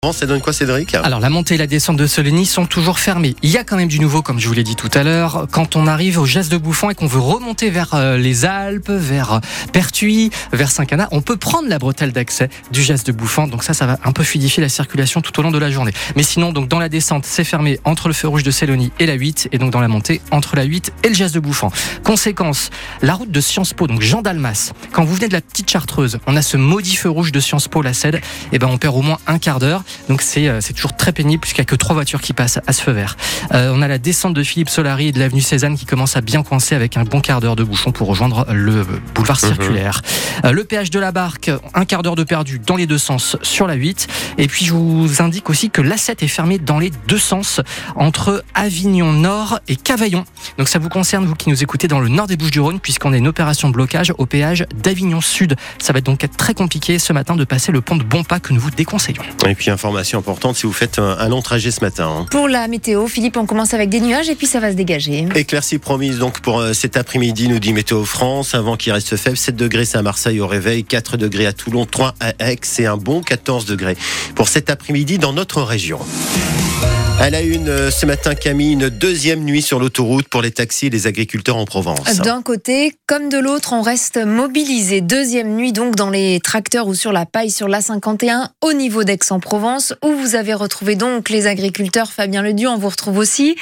Ça donne quoi, Cédric ? Alors la montée et la descente de Soligny sont toujours fermées. Il y a quand même du nouveau, comme je vous l'ai dit tout à l'heure. Quand on arrive au Jas de Bouffan et qu'on veut remonter vers les Alpes, vers Pertuis, vers Saint-Cana, on peut prendre la bretelle d'accès du Jas de Bouffan. Donc ça va un peu fluidifier la circulation tout au long de la journée. Mais sinon, donc dans la descente, c'est fermé entre le feu rouge de Soligny et la 8, et donc dans la montée entre la 8 et le Jas de Bouffan. Conséquence, la route de Sciences Po, donc Jean Dalmas. Quand vous venez de la petite Chartreuse, on a ce maudit feu rouge de Sciences Po, la CED. Et on perd au moins un quart d'heure. Donc c'est toujours très pénible puisqu'il n'y a que 3 voitures qui passent à ce feu vert. On a la descente de Philippe Solari et de l'avenue Cézanne qui commence à bien coincer avec un bon quart d'heure de bouchon pour rejoindre le boulevard circulaire. Le péage de la Barque, un quart d'heure de perdu dans les deux sens sur la 8. Et puis je vous indique aussi que l'A7 est fermée dans les deux sens entre Avignon Nord et Cavaillon. Donc ça vous concerne, vous qui nous écoutez dans le nord des Bouches-du-Rhône, puisqu'on a une opération de blocage au péage d'Avignon Sud. Ça va donc être très compliqué ce matin de passer le pont de Bonpas que nous vous déconseillons. Et puis information importante si vous faites un long trajet ce matin. Pour la météo, Philippe, on commence avec des nuages et puis ça va se dégager. Éclaircies promises donc pour cet après-midi, nous dit Météo France. Un vent qui reste faible, 7 degrés c'est à Marseille au réveil, 4 degrés à Toulon, 3 à Aix et un bon 14 degrés pour cet après-midi dans notre région. À la une ce matin, Camille, une deuxième nuit sur l'autoroute pour les taxis et les agriculteurs en Provence. D'un côté comme de l'autre, on reste mobilisé. Deuxième nuit donc dans les tracteurs ou sur la paille sur l'A51 au niveau d'Aix-en-Provence, où vous avez retrouvé donc les agriculteurs. Fabien Leduc, on vous retrouve aussi.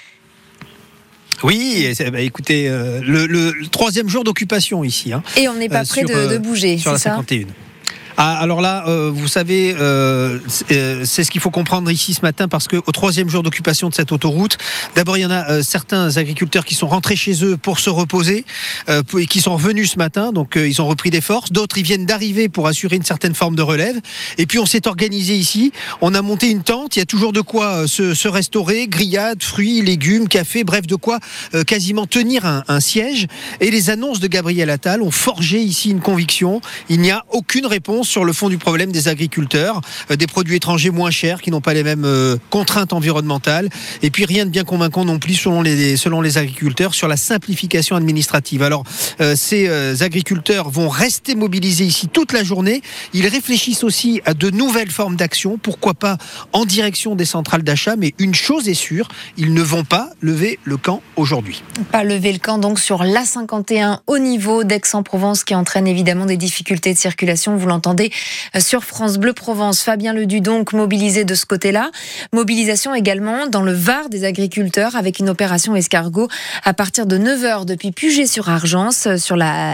Oui, écoutez, le troisième jour d'occupation ici. Et on n'est pas prêt de bouger, sur c'est la 51. Alors là, vous savez, c'est ce qu'il faut comprendre ici ce matin, parce qu'au troisième jour d'occupation de cette autoroute, d'abord il y en a certains agriculteurs qui sont rentrés chez eux pour se reposer et qui sont revenus ce matin, donc ils ont repris des forces. D'autres, ils viennent d'arriver pour assurer une certaine forme de relève. Et puis on s'est organisé ici, on a monté une tente, il y a toujours de quoi se restaurer, grillades, fruits, légumes, café, bref, de quoi quasiment tenir un siège. Et les annonces de Gabriel Attal ont forgé ici une conviction: il n'y a aucune réponse sur le fond du problème des agriculteurs, des produits étrangers moins chers qui n'ont pas les mêmes contraintes environnementales, et puis rien de bien convaincant non plus selon les agriculteurs sur la simplification administrative. Alors ces agriculteurs vont rester mobilisés ici toute la journée. Ils réfléchissent aussi à de nouvelles formes d'action, pourquoi pas en direction des centrales d'achat, mais une chose est sûre, ils ne vont pas lever le camp aujourd'hui. Pas lever le camp donc sur l'A51 au niveau d'Aix-en-Provence, qui entraîne évidemment des difficultés de circulation, vous l'entendez sur France Bleu Provence. Fabien Leduc donc mobilisé de ce côté-là. Mobilisation également dans le Var des agriculteurs avec une opération escargot à partir de 9h depuis Puget-sur-Argence sur la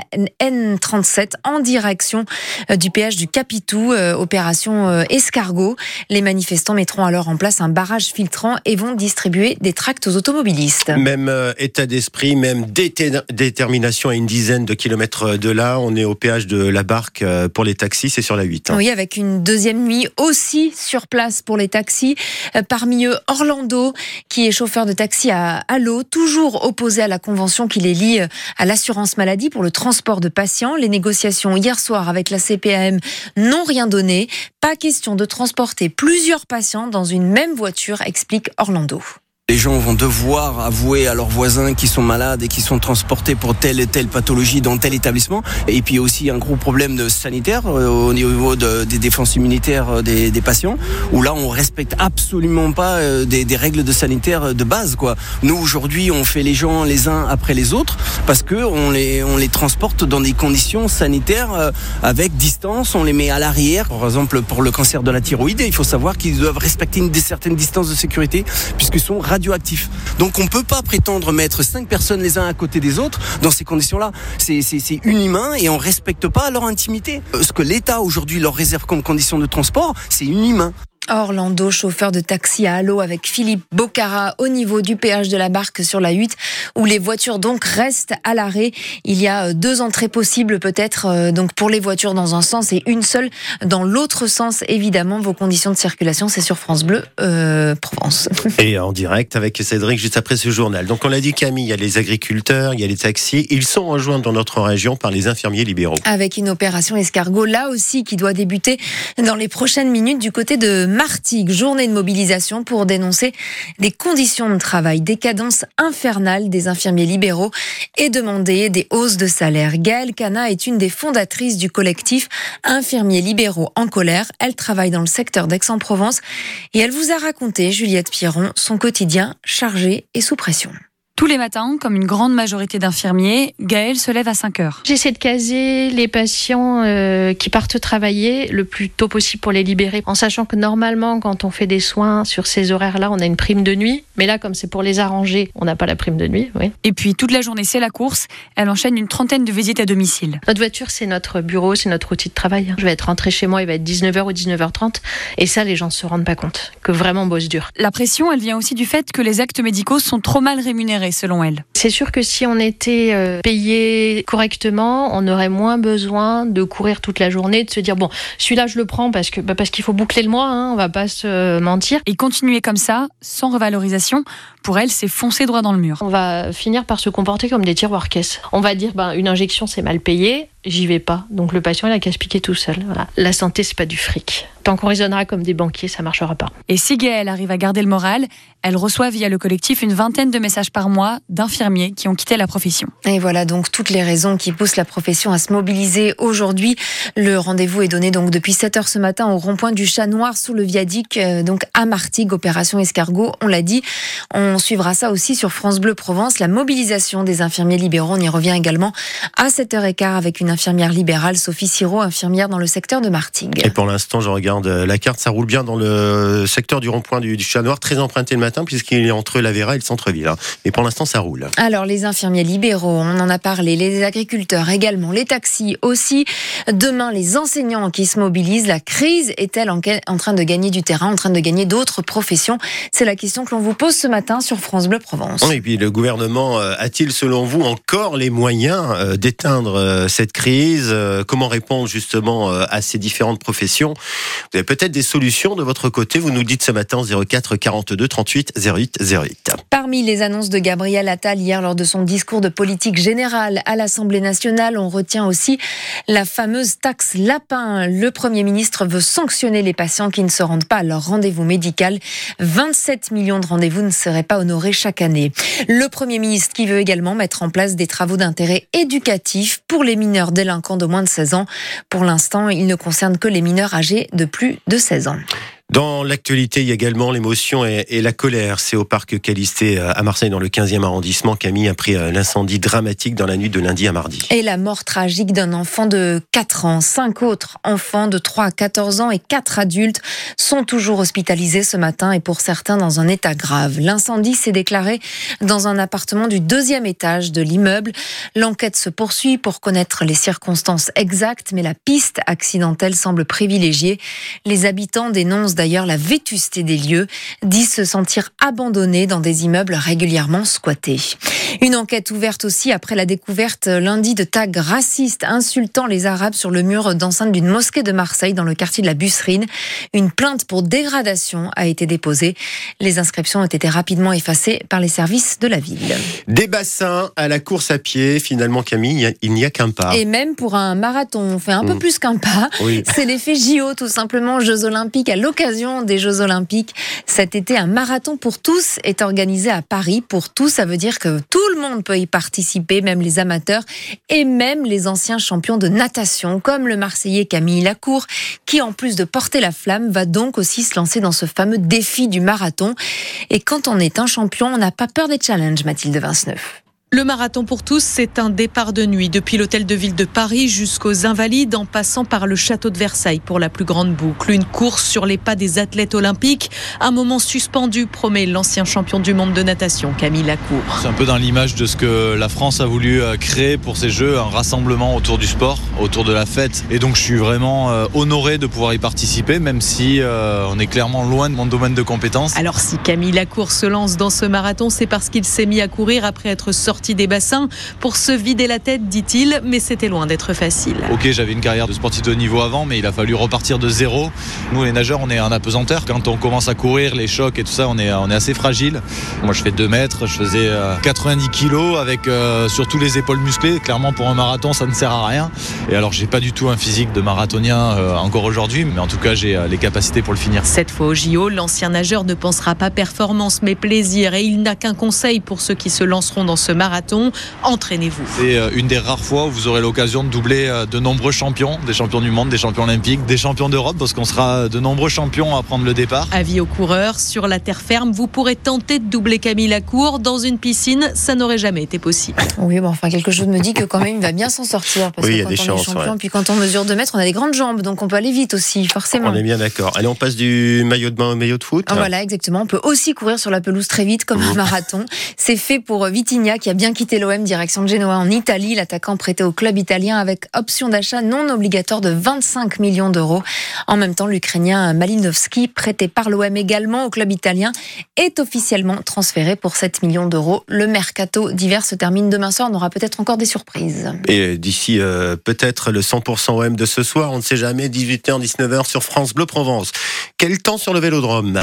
N37 en direction du péage du Capitou. Opération escargot. Les manifestants mettront alors en place un barrage filtrant et vont distribuer des tracts aux automobilistes. Même état d'esprit, même détermination à une dizaine de kilomètres de là. On est au péage de la Barque pour les taxis. C'est sur la 8. Oui, avec une deuxième nuit aussi sur place pour les taxis. Parmi eux, Orlando, qui est chauffeur de taxi à Allo, toujours opposé à la convention qui les lie à l'assurance maladie pour le transport de patients. Les négociations hier soir avec la CPAM n'ont rien donné. Pas question de transporter plusieurs patients dans une même voiture, explique Orlando. Les gens vont devoir avouer à leurs voisins qui sont malades et qui sont transportés pour telle et telle pathologie dans tel établissement. Et puis aussi un gros problème de sanitaire au niveau des défenses immunitaires des patients, où là on respecte absolument pas des règles de sanitaire de base, quoi. Nous aujourd'hui on fait les gens les uns après les autres parce que on les transporte dans des conditions sanitaires avec distance, on les met à l'arrière. Par exemple pour le cancer de la thyroïde, il faut savoir qu'ils doivent respecter une certaine distance de sécurité puisqu'ils sont radioactifs. Donc on ne peut pas prétendre mettre 5 personnes les uns à côté des autres dans ces conditions-là. C'est inhumain et on ne respecte pas leur intimité. Ce que l'État aujourd'hui leur réserve comme condition de transport, c'est inhumain. Orlando, chauffeur de taxi à Allo avec Philippe Bocara au niveau du péage de la Barque sur la 8, où les voitures donc restent à l'arrêt. Il y a 2 entrées possibles peut-être donc pour les voitures dans un sens et une seule dans l'autre sens. Évidemment, vos conditions de circulation, c'est sur France Bleu Provence. Et en direct avec Cédric juste après ce journal. Donc on l'a dit, Camille, il y a les agriculteurs, il y a les taxis. Ils sont rejoints dans notre région par les infirmiers libéraux. Avec une opération escargot là aussi qui doit débuter dans les prochaines minutes du côté de Martigues, journée de mobilisation pour dénoncer des conditions de travail, des cadences infernales des infirmiers libéraux et demander des hausses de salaire. Gaëlle Cana est une des fondatrices du collectif Infirmiers libéraux en colère. Elle travaille dans le secteur d'Aix-en-Provence et elle vous a raconté, Juliette Pierron, son quotidien chargé et sous pression. Tous les matins, comme une grande majorité d'infirmiers, Gaëlle se lève à 5h. J'essaie de caser les patients qui partent travailler le plus tôt possible pour les libérer, en sachant que normalement, quand on fait des soins sur ces horaires-là, on a une prime de nuit. Mais là, comme c'est pour les arranger, on n'a pas la prime de nuit. Oui. Et puis, toute la journée, c'est la course. Elle enchaîne une trentaine de visites à domicile. Notre voiture, c'est notre bureau, c'est notre outil de travail. Je vais être rentrée chez moi, il va être 19h ou 19h30. Et ça, les gens ne se rendent pas compte, que vraiment on bosse dur. La pression, elle vient aussi du fait que les actes médicaux sont trop mal rémunérés, selon elle. C'est sûr que si on était payé correctement, on aurait moins besoin de courir toute la journée, de se dire bon, celui-là je le prends parce qu'il faut boucler le mois, on va pas se mentir. Et continuer comme ça, sans revalorisation, pour elle, c'est foncer droit dans le mur. On va finir par se comporter comme des tiroirs caisses. On va dire une injection c'est mal payé, j'y vais pas. Donc le patient il a qu'à se piquer tout seul. Voilà. La santé c'est pas du fric. Tant qu'on raisonnera comme des banquiers, ça marchera pas. Et si Gaëlle arrive à garder le moral, elle reçoit via le collectif une vingtaine de messages par mois d'infirmiers qui ont quitté la profession. Et voilà donc toutes les raisons qui poussent la profession à se mobiliser aujourd'hui. Le rendez-vous est donné donc depuis 7h ce matin au rond-point du Chat Noir sous le viaduc donc à Martigues, opération Escargot. On l'a dit, on suivra ça aussi sur France Bleu Provence, la mobilisation des infirmiers libéraux. On y revient également à 7h15 avec une infirmière libérale, Sophie Sirot, infirmière dans le secteur de Martigues. Et pour l'instant, je regarde la carte, ça roule bien dans le secteur du rond-point du Chat Noir, très emprunté le matin puisqu'il est entre la Vera et le centre-ville. Et pour l'instant, ça roule. Alors les infirmiers libéraux, on en a parlé, les agriculteurs également, les taxis aussi. Demain, les enseignants qui se mobilisent. La crise est-elle en train de gagner du terrain, en train de gagner d'autres professions? C'est la question que l'on vous pose ce matin sur France Bleu Provence. Et puis le gouvernement a-t-il selon vous encore les moyens d'éteindre cette crise? Comment répondre justement à ces différentes professions? Vous avez peut-être des solutions de votre côté, vous nous dites ce matin 04 42 38 08 08. Parmi les annonces de Gabriel Attal hier lors de son discours de politique générale à l'Assemblée nationale, on retient aussi la fameuse taxe lapin. Le Premier ministre veut sanctionner les patients qui ne se rendent pas à leur rendez-vous médical. 27 millions de rendez-vous ne seraient pas honorés chaque année. Le Premier ministre qui veut également mettre en place des travaux d'intérêt éducatif pour les mineurs délinquants de moins de 16 ans. Pour l'instant, ils ne concernent que les mineurs âgés de plus de 16 ans. Dans l'actualité, il y a également l'émotion et la colère. C'est au parc Calisté à Marseille, dans le 15e arrondissement, Camille, après l'incendie dramatique dans la nuit de lundi à mardi. Et la mort tragique d'un enfant de 4 ans. 5 autres enfants de 3 à 14 ans et 4 adultes sont toujours hospitalisés ce matin et pour certains dans un état grave. L'incendie s'est déclaré dans un appartement du 2e étage de l'immeuble. L'enquête se poursuit pour connaître les circonstances exactes, mais la piste accidentelle semble privilégiée. Les habitants dénoncent d'ailleurs la vétusté des lieux, disent se sentir abandonnés dans des immeubles régulièrement squattés. Une enquête ouverte aussi après la découverte lundi de tags racistes insultant les Arabes sur le mur d'enceinte d'une mosquée de Marseille dans le quartier de la Busserine. Une plainte pour dégradation a été déposée. Les inscriptions ont été rapidement effacées par les services de la ville. Des bassins à la course à pied, finalement Camille, il n'y a qu'un pas. Et même pour un marathon, on fait un peu plus qu'un pas. Oui. C'est l'effet JO tout simplement, Jeux Olympiques. À l'occasion des Jeux Olympiques, cet été, un marathon pour tous est organisé à Paris. Pour tous, ça veut dire que tout le monde peut y participer, même les amateurs et même les anciens champions de natation, comme le Marseillais Camille Lacour, qui en plus de porter la flamme, va donc aussi se lancer dans ce fameux défi du marathon. Et quand on est un champion, on n'a pas peur des challenges, Mathilde Vinceneuve. Le marathon pour tous, c'est un départ de nuit depuis l'hôtel de ville de Paris jusqu'aux Invalides en passant par le château de Versailles pour la plus grande boucle. Une course sur les pas des athlètes olympiques. Un moment suspendu, promet l'ancien champion du monde de natation, Camille Lacour. C'est un peu dans l'image de ce que la France a voulu créer pour ces Jeux, un rassemblement autour du sport, autour de la fête. Et donc je suis vraiment honoré de pouvoir y participer, même si on est clairement loin de mon domaine de compétences. Alors si Camille Lacour se lance dans ce marathon, c'est parce qu'il s'est mis à courir après être sorti sortie des bassins pour se vider la tête, dit-il, mais c'était loin d'être facile. Ok, j'avais une carrière de sportif de haut niveau avant, mais il a fallu repartir de zéro. Nous, les nageurs, on est en apesanteur. Quand on commence à courir, les chocs et tout ça, on est assez fragile. Moi, je fais 2 mètres, je faisais 90 kilos avec surtout les épaules musclées. Clairement, pour un marathon, ça ne sert à rien. Et alors, j'ai pas du tout un physique de marathonien encore aujourd'hui, mais en tout cas, j'ai les capacités pour le finir. Cette fois au JO, l'ancien nageur ne pensera pas performance, mais plaisir. Et il n'a qu'un conseil pour ceux qui se lanceront dans ce marathon, entraînez-vous. C'est une des rares fois où vous aurez l'occasion de doubler de nombreux champions, des champions du monde, des champions olympiques, des champions d'Europe, parce qu'on sera de nombreux champions à prendre le départ. Avis aux coureurs, sur la terre ferme, vous pourrez tenter de doubler Camille Lacour. Dans une piscine, ça n'aurait jamais été possible. Oui, bon, enfin, quelque chose me dit que quand même, il va bien s'en sortir. Parce que quand on est champion, puis quand on mesure 2 mètres, on a des grandes jambes, donc on peut aller vite aussi, forcément. On est bien d'accord. Allez, on passe du maillot de bain au maillot de foot. Voilà, exactement. On peut aussi courir sur la pelouse très vite, comme un marathon. C'est fait pour Vitinha, qui a bien quitté l'OM direction de Genoa en Italie. L'attaquant prêté au club italien avec option d'achat non obligatoire de 25 millions d'euros. En même temps, l'Ukrainien Malinowski, prêté par l'OM également au club italien, est officiellement transféré pour 7 millions d'euros. Le mercato d'hiver se termine demain soir. On aura peut-être encore des surprises. Et d'ici peut-être le 100% OM de ce soir, on ne sait jamais, 18h, 19h sur France Bleu Provence. Quel temps sur le Vélodrome ?